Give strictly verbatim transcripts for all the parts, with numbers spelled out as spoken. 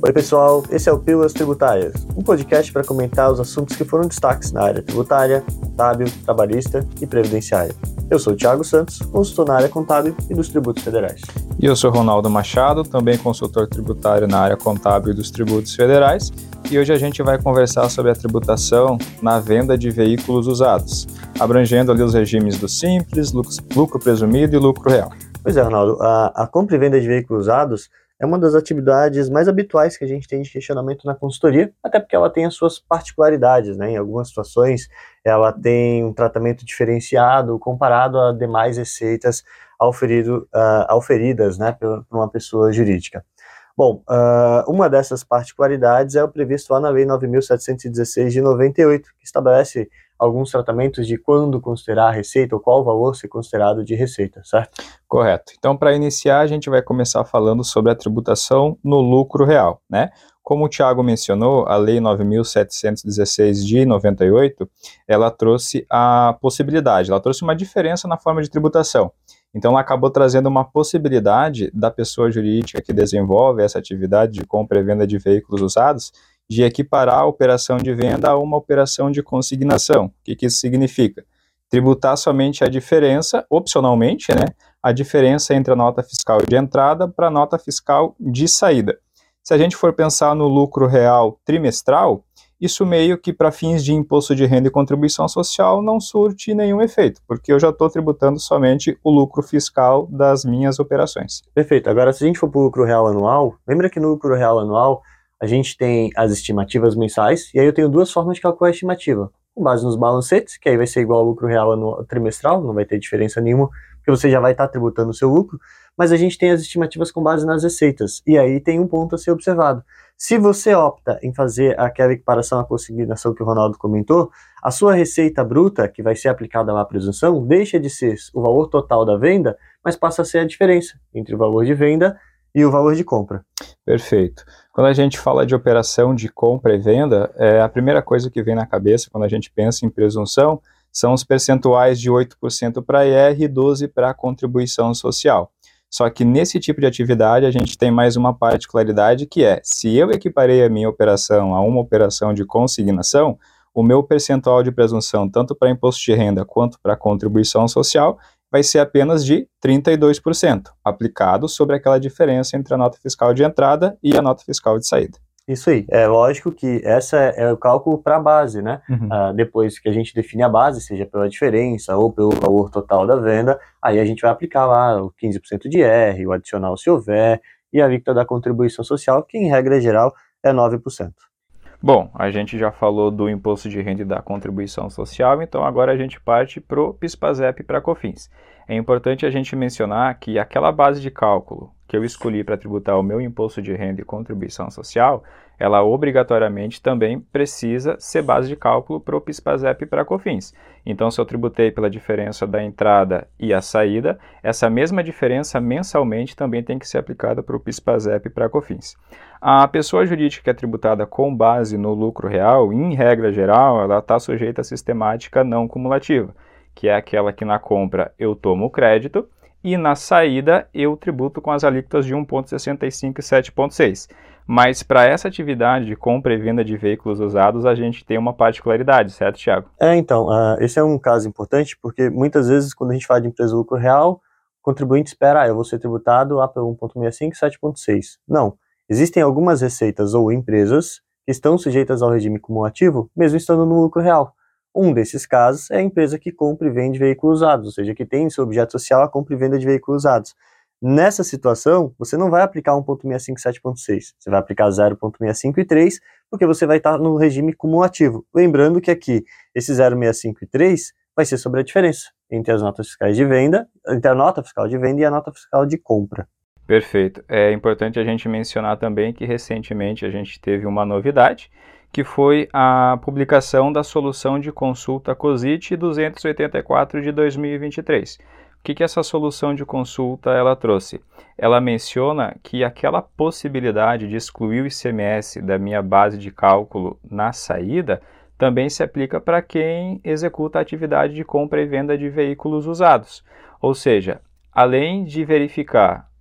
Oi pessoal, esse é o Pílulas Tributárias, um podcast para comentar os assuntos que foram destaques na área tributária, contábil, trabalhista e previdenciária. Eu sou o Thiago Santos, consultor na área contábil e dos tributos federais. E eu sou Ronaldo Machado, também consultor tributário na área contábil e dos tributos federais, e hoje a gente vai conversar sobre a tributação na venda de veículos usados, abrangendo ali os regimes do simples, lucro, lucro presumido e lucro real. Pois é, Ronaldo, a, a compra e venda de veículos usados é uma das atividades mais habituais que a gente tem de questionamento na consultoria, até porque ela tem as suas particularidades, né? Em algumas situações, ela tem um tratamento diferenciado comparado a demais receitas auferido, uh, auferidas, né, por uma pessoa jurídica. Bom, uh, uma dessas particularidades é o previsto lá na Lei nove mil setecentos e dezesseis de noventa e oito, que estabelece alguns tratamentos de quando considerar a receita ou qual valor ser considerado de receita, certo? Correto. Então, para iniciar, a gente vai começar falando sobre a tributação no lucro real, né? Como o Thiago mencionou, a Lei nove mil setecentos e dezesseis de noventa e oito, ela trouxe a possibilidade, ela trouxe uma diferença na forma de tributação. Então, ela acabou trazendo uma possibilidade da pessoa jurídica que desenvolve essa atividade de compra e venda de veículos usados de equiparar a operação de venda a uma operação de consignação. O que, que isso significa? Tributar somente a diferença, opcionalmente, né, a diferença entre a nota fiscal de entrada para a nota fiscal de saída. Se a gente for pensar no lucro real trimestral, isso meio que para fins de imposto de renda e contribuição social não surte nenhum efeito, porque eu já estou tributando somente o lucro fiscal das minhas operações. Perfeito. Agora, se a gente for para o lucro real anual, lembra que no lucro real anual a gente tem as estimativas mensais, e aí eu tenho duas formas de calcular a estimativa. Com base nos balancetes, que aí vai ser igual ao lucro real anual, trimestral, não vai ter diferença nenhuma, porque você já vai estar tributando o seu lucro, mas a gente tem as estimativas com base nas receitas, e aí tem um ponto a ser observado. Se você opta em fazer aquela equiparação à consignação que o Ronaldo comentou, a sua receita bruta, que vai ser aplicada lá à presunção, deixa de ser o valor total da venda, mas passa a ser a diferença entre o valor de venda e o valor de compra. Perfeito. Quando a gente fala de operação de compra e venda, é, a primeira coisa que vem na cabeça quando a gente pensa em presunção são os percentuais de oito por cento para I R e doze por cento para contribuição social. Só que nesse tipo de atividade a gente tem mais uma particularidade que é, se eu equiparei a minha operação a uma operação de consignação, o meu percentual de presunção, tanto para imposto de renda quanto para contribuição social, vai ser apenas de trinta e dois por cento, aplicado sobre aquela diferença entre a nota fiscal de entrada e a nota fiscal de saída. Isso aí, é lógico que essa é o cálculo para a base, né? Uhum. Ah, depois que a gente define a base, seja pela diferença ou pelo valor total da venda, aí a gente vai aplicar lá o quinze por cento de R, o adicional se houver, e a alíquota da contribuição social, que em regra geral é nove por cento. Bom, a gente já falou do imposto de renda e da contribuição social, então agora a gente parte para o PIS/PASEP e para a COFINS. É importante a gente mencionar que aquela base de cálculo que eu escolhi para tributar o meu imposto de renda e contribuição social, ela obrigatoriamente também precisa ser base de cálculo para o PIS/PASEP e para a COFINS. Então, se eu tributei pela diferença da entrada e a saída, essa mesma diferença mensalmente também tem que ser aplicada para o PIS/PASEP e para a COFINS. A pessoa jurídica que é tributada com base no lucro real, em regra geral, ela está sujeita à sistemática não cumulativa, que é aquela que na compra eu tomo o crédito e na saída eu tributo com as alíquotas de um vírgula sessenta e cinco e sete vírgula seis. Mas para essa atividade de compra e venda de veículos usados, a gente tem uma particularidade, certo, Thiago? É, então, uh, esse é um caso importante, porque muitas vezes quando a gente fala de empresa lucro real, o contribuinte espera, ah, eu vou ser tributado lá pelo um vírgula sessenta e cinco e sete vírgula seis. Não, existem algumas receitas ou empresas que estão sujeitas ao regime cumulativo, mesmo estando no lucro real. Um desses casos é a empresa que compra e vende veículos usados, ou seja, que tem em seu objeto social a compra e venda de veículos usados. Nessa situação, você não vai aplicar um vírgula sessenta e cinco e sete vírgula seis, você vai aplicar zero vírgula sessenta e cinco e três, porque você vai estar no regime cumulativo. Lembrando que aqui, esse zero vírgula sessenta e cinco e três vai ser sobre a diferença entre as notas fiscais de venda, entre a nota fiscal de venda e a nota fiscal de compra. Perfeito. É importante a gente mencionar também que recentemente a gente teve uma novidade, que foi a publicação da solução de consulta COSIT duzentos e oitenta e quatro de dois mil e vinte e três. O que, que essa solução de consulta ela trouxe? Ela menciona que aquela possibilidade de excluir o I C M S da minha base de cálculo na saída também se aplica para quem executa a atividade de compra e venda de veículos usados. Ou seja, além de verificar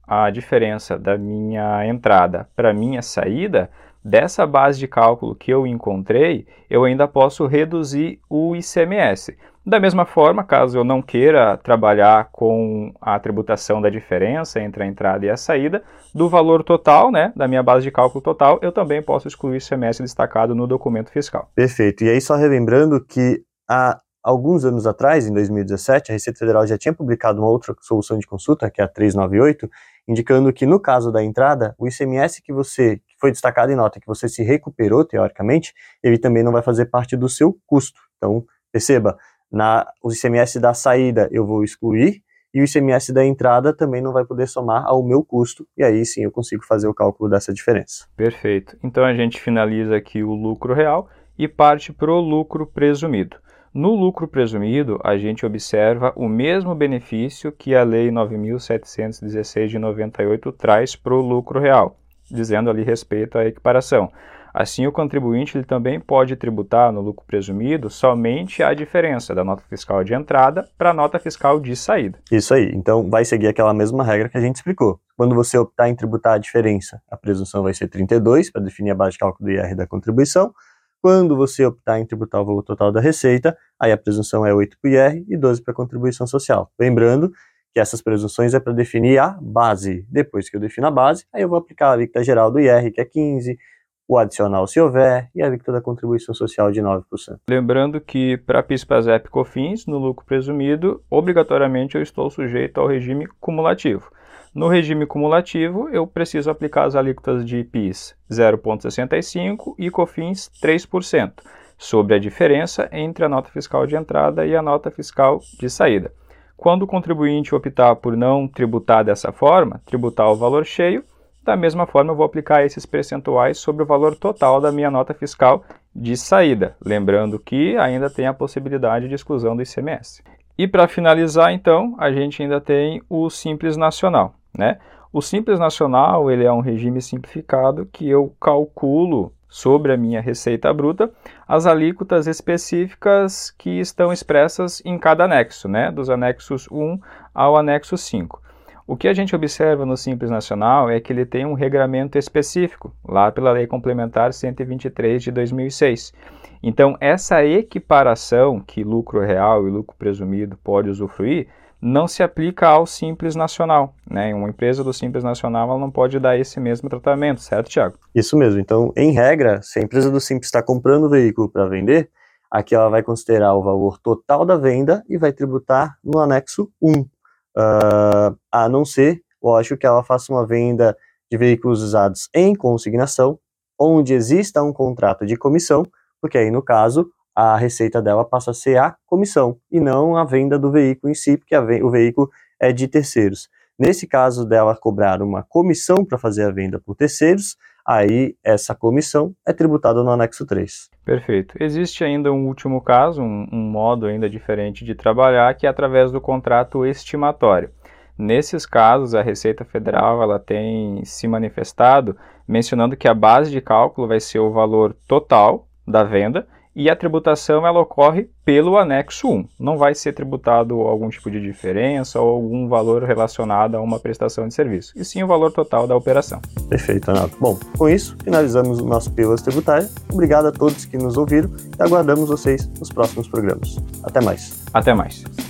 a diferença da minha entrada para a minha saída, dessa base de cálculo que eu encontrei, eu ainda posso reduzir o I C M S. Da mesma forma, caso eu não queira trabalhar com a tributação da diferença entre a entrada e a saída, do valor total, né, da minha base de cálculo total, eu também posso excluir o I C M S destacado no documento fiscal. Perfeito. E aí, só relembrando que há alguns anos atrás, em dois mil e dezessete, a Receita Federal já tinha publicado uma outra solução de consulta, que é a trezentos e noventa e oito, indicando que no caso da entrada, o I C M S que você, que foi destacado em nota, que você se recuperou, teoricamente, ele também não vai fazer parte do seu custo. Então, perceba, na, o I C M S da saída eu vou excluir, e o I C M S da entrada também não vai poder somar ao meu custo, e aí sim eu consigo fazer o cálculo dessa diferença. Perfeito. Então a gente finaliza aqui o lucro real e parte para o lucro presumido. No lucro presumido, a gente observa o mesmo benefício que a Lei nove mil setecentos e dezesseis de noventa e oito traz para o lucro real, dizendo ali respeito à equiparação. Assim, o contribuinte ele também pode tributar no lucro presumido somente a diferença da nota fiscal de entrada para a nota fiscal de saída. Isso aí. Então, vai seguir aquela mesma regra que a gente explicou. Quando você optar em tributar a diferença, a presunção vai ser trinta e dois, para definir a base de cálculo do I R da contribuição. Quando você optar em tributar o valor total da receita, aí a presunção é oito para o I R e doze para a contribuição social. Lembrando que essas presunções é para definir a base. Depois que eu defino a base, aí eu vou aplicar a alíquota geral do I R, que é quinze por cento, o adicional se houver, e a alíquota da contribuição social de nove por cento. Lembrando que para PIS, PASEP e COFINS, no lucro presumido, obrigatoriamente eu estou sujeito ao regime cumulativo. No regime cumulativo, eu preciso aplicar as alíquotas de PIS zero vírgula sessenta e cinco por cento e COFINS três por cento, sobre a diferença entre a nota fiscal de entrada e a nota fiscal de saída. Quando o contribuinte optar por não tributar dessa forma, tributar o valor cheio, da mesma forma eu vou aplicar esses percentuais sobre o valor total da minha nota fiscal de saída, lembrando que ainda tem a possibilidade de exclusão do I C M S. E para finalizar, então, a gente ainda tem o Simples Nacional, né? O Simples Nacional, ele é um regime simplificado que eu calculo sobre a minha receita bruta as alíquotas específicas que estão expressas em cada anexo, né? Dos anexos um ao anexo cinco. O que a gente observa no Simples Nacional é que ele tem um regramento específico, lá pela Lei Complementar cento e vinte e três de dois mil e seis. Então, essa equiparação que lucro real e lucro presumido pode usufruir, não se aplica ao Simples Nacional, né? Uma empresa do Simples Nacional ela não pode dar esse mesmo tratamento, certo, Thiago? Isso mesmo. Então, em regra, se a empresa do Simples está comprando o veículo para vender, aqui ela vai considerar o valor total da venda e vai tributar no anexo um. Uh, a não ser, lógico, que ela faça uma venda de veículos usados em consignação, onde exista um contrato de comissão, porque aí, no caso, a receita dela passa a ser a comissão, e não a venda do veículo em si, porque a ve- o veículo é de terceiros. Nesse caso dela cobrar uma comissão para fazer a venda por terceiros, aí essa comissão é tributada no anexo três. Perfeito. Existe ainda um último caso, um, um modo ainda diferente de trabalhar, que é através do contrato estimatório. Nesses casos, a Receita Federal ela tem se manifestado mencionando que a base de cálculo vai ser o valor total da venda e a tributação ela ocorre pelo anexo um. Não vai ser tributado algum tipo de diferença ou algum valor relacionado a uma prestação de serviço, e sim o valor total da operação. Perfeito, Renato. Bom, com isso, finalizamos o nosso Pílulas Tributárias. Obrigado a todos que nos ouviram e aguardamos vocês nos próximos programas. Até mais. Até mais.